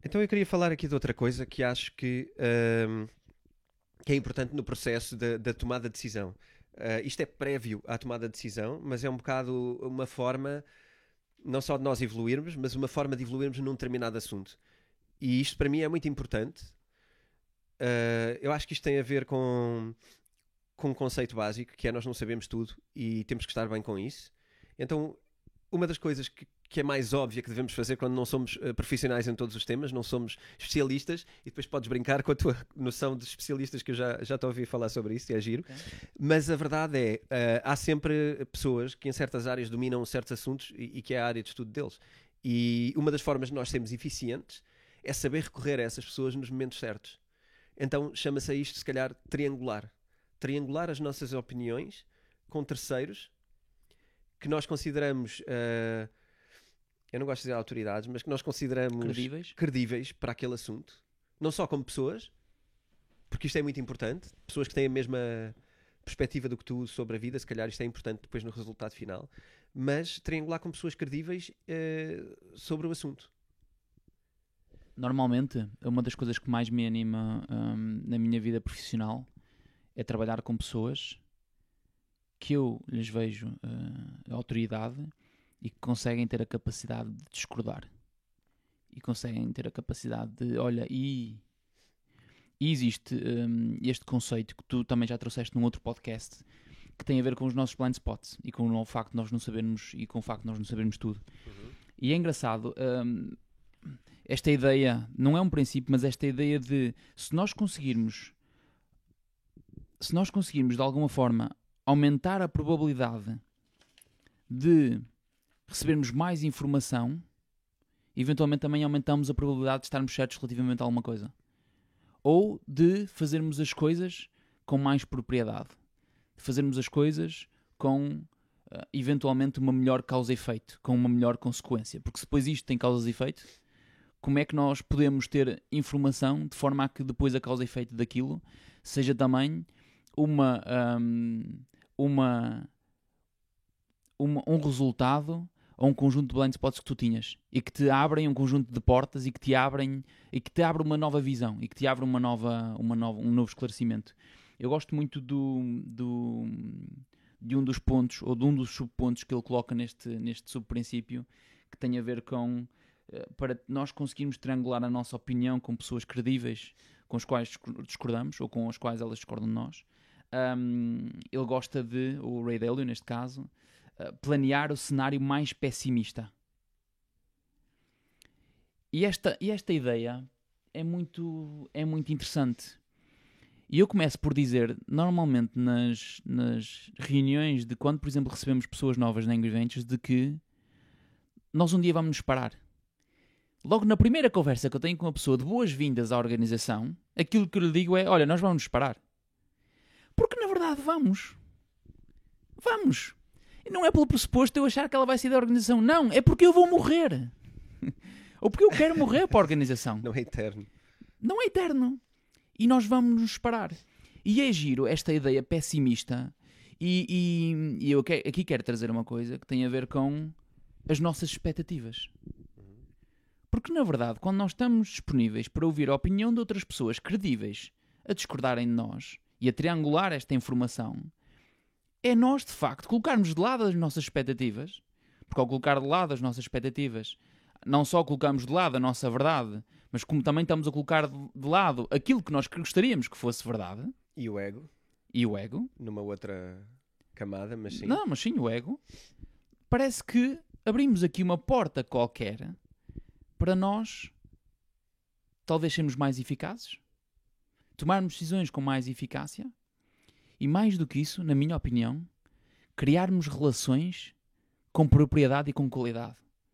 Então eu queria falar aqui de outra coisa que acho que é importante no processo da tomada de decisão. Isto é prévio à tomada de decisão, mas é um bocado uma forma, não só de nós evoluirmos, mas uma forma de evoluirmos num determinado assunto. E isto para mim é muito importante. Eu acho que isto tem a ver com um conceito básico, que é nós não sabemos tudo e temos que estar bem com isso. Então, uma das coisas que é mais óbvia que devemos fazer quando não somos profissionais em todos os temas, não somos especialistas, e depois podes brincar com a tua noção de especialistas, que eu já te ouvi falar sobre isso, e é giro. Okay. Mas a verdade é, há sempre pessoas que em certas áreas dominam certos assuntos e que é a área de estudo deles. E uma das formas de nós sermos eficientes é saber recorrer a essas pessoas nos momentos certos. Então chama-se a isto, se calhar, triangular. Triangular as nossas opiniões com terceiros que nós consideramos... eu não gosto de dizer autoridades, mas que nós consideramos credíveis para aquele assunto. Não só como pessoas, porque isto é muito importante. Pessoas que têm a mesma perspectiva do que tu sobre a vida, se calhar isto é importante depois no resultado final. Mas triangular com pessoas credíveis sobre o assunto. Normalmente, uma das coisas que mais me anima na minha vida profissional é trabalhar com pessoas que eu lhes vejo autoridade e que conseguem ter a capacidade de discordar. E conseguem ter a capacidade de, olha, e existe este conceito que tu também já trouxeste num outro podcast, que tem a ver com os nossos blind spots e com o facto de nós não sabermos, e com o facto de nós não sabermos tudo. Uhum. E é engraçado, esta ideia, não é um princípio, mas esta ideia de se nós conseguirmos de alguma forma aumentar a probabilidade de recebermos mais informação, eventualmente também aumentamos a probabilidade de estarmos certos relativamente a alguma coisa. Ou de fazermos as coisas com mais propriedade. De fazermos as coisas com, eventualmente, uma melhor causa e efeito, com uma melhor consequência. Porque se depois isto tem causas e efeito, como é que nós podemos ter informação de forma a que depois a causa e efeito daquilo seja também um resultado ou um conjunto de blind spots que tu tinhas e que te abrem um conjunto de portas e que te abre uma nova visão e que te abre um novo esclarecimento. Eu gosto muito de um dos pontos ou de um dos subpontos que ele coloca neste subprincípio, que tem a ver com para nós conseguirmos triangular a nossa opinião com pessoas credíveis com as quais discordamos ou com as quais elas discordam de nós. Ele gosta de, o Ray Dalio neste caso, planear o cenário mais pessimista. E esta ideia é muito interessante. E eu começo por dizer, normalmente nas reuniões de quando, por exemplo, recebemos pessoas novas na Angry Ventures, de que nós um dia vamos nos parar. Logo na primeira conversa que eu tenho com uma pessoa de boas-vindas à organização, aquilo que eu lhe digo é, olha, nós vamos nos parar. Porque na verdade vamos. Vamos. E não é pelo pressuposto de eu achar que ela vai sair da organização. Não, é porque eu vou morrer. Ou porque eu quero morrer para a organização. Não é eterno. Não é eterno. E nós vamos nos parar. E é giro esta ideia pessimista. E eu aqui quero trazer uma coisa que tem a ver com as nossas expectativas. Porque, na verdade, quando nós estamos disponíveis para ouvir a opinião de outras pessoas credíveis a discordarem de nós e a triangular esta informação, é nós, de facto, colocarmos de lado as nossas expectativas, porque ao colocar de lado as nossas expectativas, não só colocamos de lado a nossa verdade, mas como também estamos a colocar de lado aquilo que nós gostaríamos que fosse verdade. E o ego. Numa outra camada, mas sim. Não, mas sim, o ego. Parece que abrimos aqui uma porta qualquer para nós talvez sermos mais eficazes, tomarmos decisões com mais eficácia e, mais do que isso, na minha opinião, criarmos relações com propriedade e com qualidade.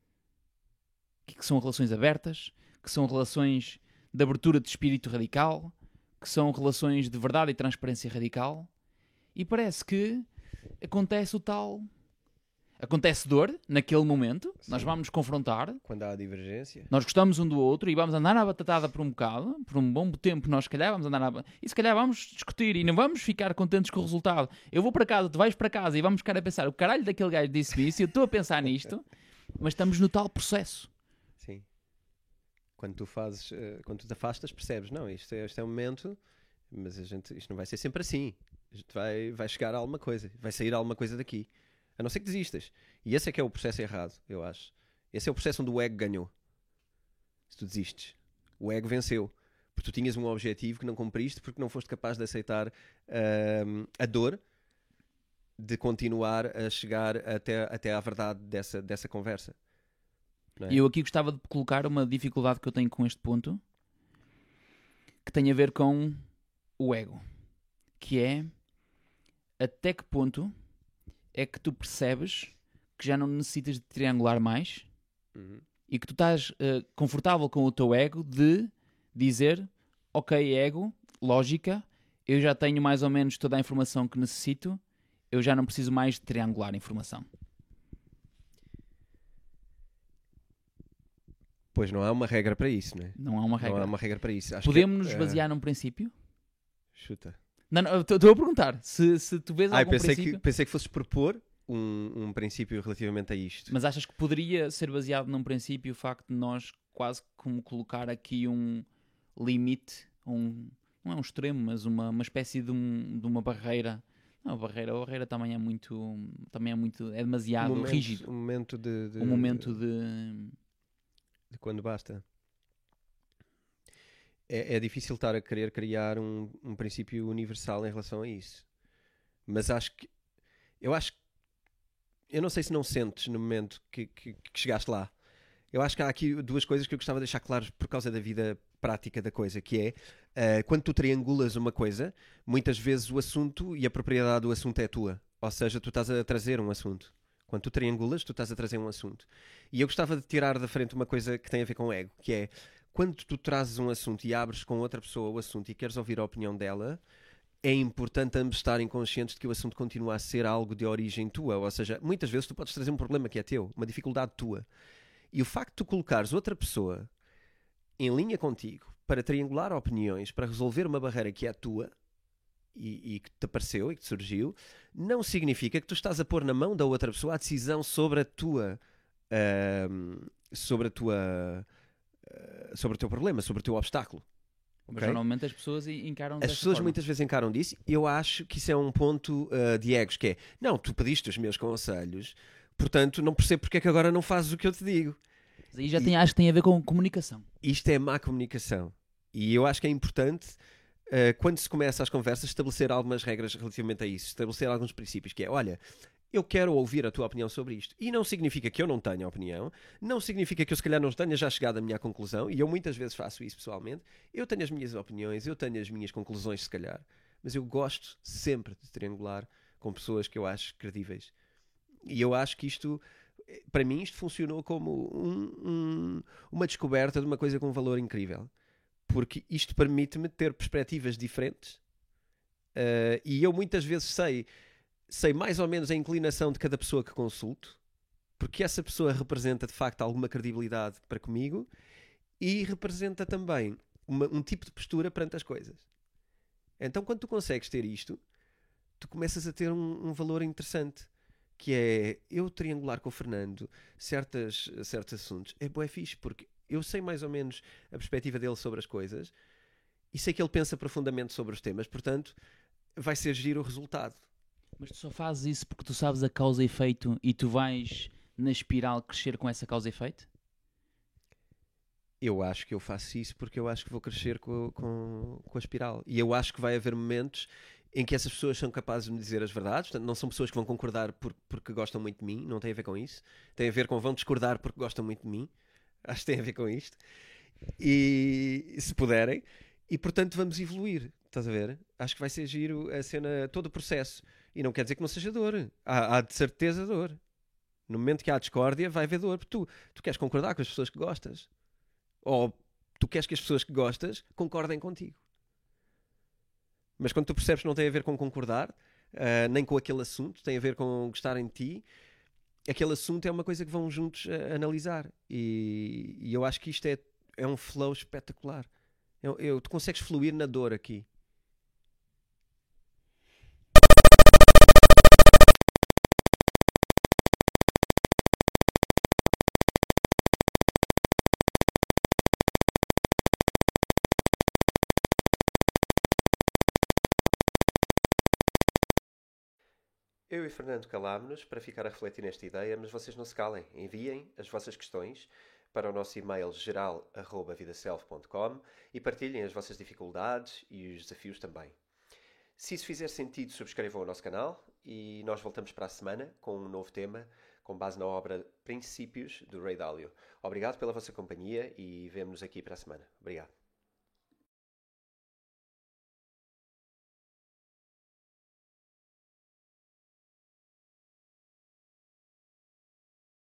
Que são relações abertas, que são relações de abertura de espírito radical, que são relações de verdade e transparência radical. E parece que acontece o tal... Acontece dor naquele momento. Sim. Nós vamos nos confrontar. Quando há divergência. Nós gostamos um do outro e vamos andar na batatada por um bocado, por um bom tempo. Nós se calhar vamos andar e se calhar vamos discutir e não vamos ficar contentes com o resultado. Eu vou para casa, tu vais para casa e vamos ficar a pensar, o caralho daquele gajo disse-me isso e eu estou a pensar nisto, mas estamos no tal processo. Sim. Quando tu te afastas, percebes, não, isto é um momento, mas isto não vai ser sempre assim. Isto vai chegar a alguma coisa, vai sair alguma coisa daqui. A não ser que desistas. E esse é que é o processo errado, eu acho. Esse é o processo onde o ego ganhou. Se tu desistes, o ego venceu. Porque tu tinhas um objetivo que não cumpriste porque não foste capaz de aceitar a dor de continuar a chegar até à verdade dessa conversa. Não é? E eu aqui gostava de colocar uma dificuldade que eu tenho com este ponto, que tem a ver com o ego, que é até que ponto é que tu percebes que já não necessitas de triangular mais e que tu estás confortável com o teu ego de dizer, ok, ego, lógica, eu já tenho mais ou menos toda a informação que necessito, eu já não preciso mais de triangular a informação. Pois não há uma regra para isso, não é? Não há uma regra. Não há uma regra para isso. Podemos nos basear num princípio? Chuta. Não, estou a perguntar. Se tu vês algum princípio... Pensei que fosses propor um princípio relativamente a isto. Mas achas que poderia ser baseado num princípio o facto de nós quase como colocar aqui um limite, não é um extremo, mas uma espécie de uma barreira. Não, a barreira também é demasiado rígido. Um momento de quando basta. É difícil estar a querer criar um princípio universal em relação a isso. Mas eu não sei se não sentes no momento que chegaste lá. Eu acho que há aqui duas coisas que eu gostava de deixar claras por causa da vida prática da coisa, que é quando tu triangulas uma coisa, muitas vezes o assunto e a propriedade do assunto é tua. Ou seja, tu estás a trazer um assunto. Quando tu triangulas, tu estás a trazer um assunto. E eu gostava de tirar da frente uma coisa que tem a ver com o ego, que é quando tu trazes um assunto e abres com outra pessoa o assunto e queres ouvir a opinião dela, é importante ambos estarem conscientes de que o assunto continua a ser algo de origem tua. Ou seja, muitas vezes tu podes trazer um problema que é teu, uma dificuldade tua. E o facto de tu colocares outra pessoa em linha contigo para triangular opiniões, para resolver uma barreira que é tua e que te apareceu e que te surgiu, não significa que tu estás a pôr na mão da outra pessoa a decisão sobre o teu problema, sobre o teu obstáculo. Mas Okay? normalmente as pessoas encaram dessa As pessoas forma. muitas vezes encaram disso e eu acho que isso é um ponto de egos, que é, não, tu pediste os meus conselhos, portanto não percebo porque é que agora não fazes o que eu te digo. Mas aí acho que tem a ver com comunicação. Isto é má comunicação. E eu acho que é importante, quando se começa as conversas, estabelecer algumas regras relativamente a isso, estabelecer alguns princípios, que é, olha, eu quero ouvir a tua opinião sobre isto. E não significa que eu não tenha opinião, não significa que eu se calhar não tenha já chegado à minha conclusão, e eu muitas vezes faço isso pessoalmente. Eu tenho as minhas opiniões, eu tenho as minhas conclusões se calhar, mas eu gosto sempre de triangular com pessoas que eu acho credíveis. E eu acho que isto, para mim, isto funcionou como uma descoberta de uma coisa com um valor incrível. Porque isto permite-me ter perspectivas diferentes, e eu muitas vezes sei mais ou menos a inclinação de cada pessoa que consulto, porque essa pessoa representa de facto alguma credibilidade para comigo e representa também um tipo de postura perante as coisas. Então quando tu consegues ter isto, tu começas a ter um valor interessante, que é eu triangular com o Fernando certos assuntos. É bué fixe, porque eu sei mais ou menos a perspectiva dele sobre as coisas e sei que ele pensa profundamente sobre os temas, portanto vai ser giro o resultado. Mas tu só fazes isso porque tu sabes a causa e efeito e tu vais na espiral crescer com essa causa e efeito? Eu acho que eu faço isso porque eu acho que vou crescer com a espiral. E eu acho que vai haver momentos em que essas pessoas são capazes de me dizer as verdades. Portanto, não são pessoas que vão concordar porque gostam muito de mim. Não tem a ver com isso. Tem a ver com vão discordar porque gostam muito de mim. Acho que tem a ver com isto. E se puderem. E portanto vamos evoluir. Estás a ver? Acho que vai ser giro a cena, todo o processo. E não quer dizer que não seja dor. Há de certeza dor. No momento que há discórdia, vai haver dor. Porque tu queres concordar com as pessoas que gostas. Ou tu queres que as pessoas que gostas concordem contigo. Mas quando tu percebes que não tem a ver com concordar, nem com aquele assunto, tem a ver com gostar em ti, aquele assunto é uma coisa que vão juntos analisar. E eu acho que isto é um flow espetacular. Tu consegues fluir na dor aqui. Eu e Fernando calámos-nos para ficar a refletir nesta ideia, mas vocês não se calem. Enviem as vossas questões para o nosso e-mail geral@vidaself.com e partilhem as vossas dificuldades e os desafios também. Se isso fizer sentido, subscrevam o nosso canal e nós voltamos para a semana com um novo tema com base na obra Princípios do Ray Dalio. Obrigado pela vossa companhia e vemo-nos aqui para a semana. Obrigado.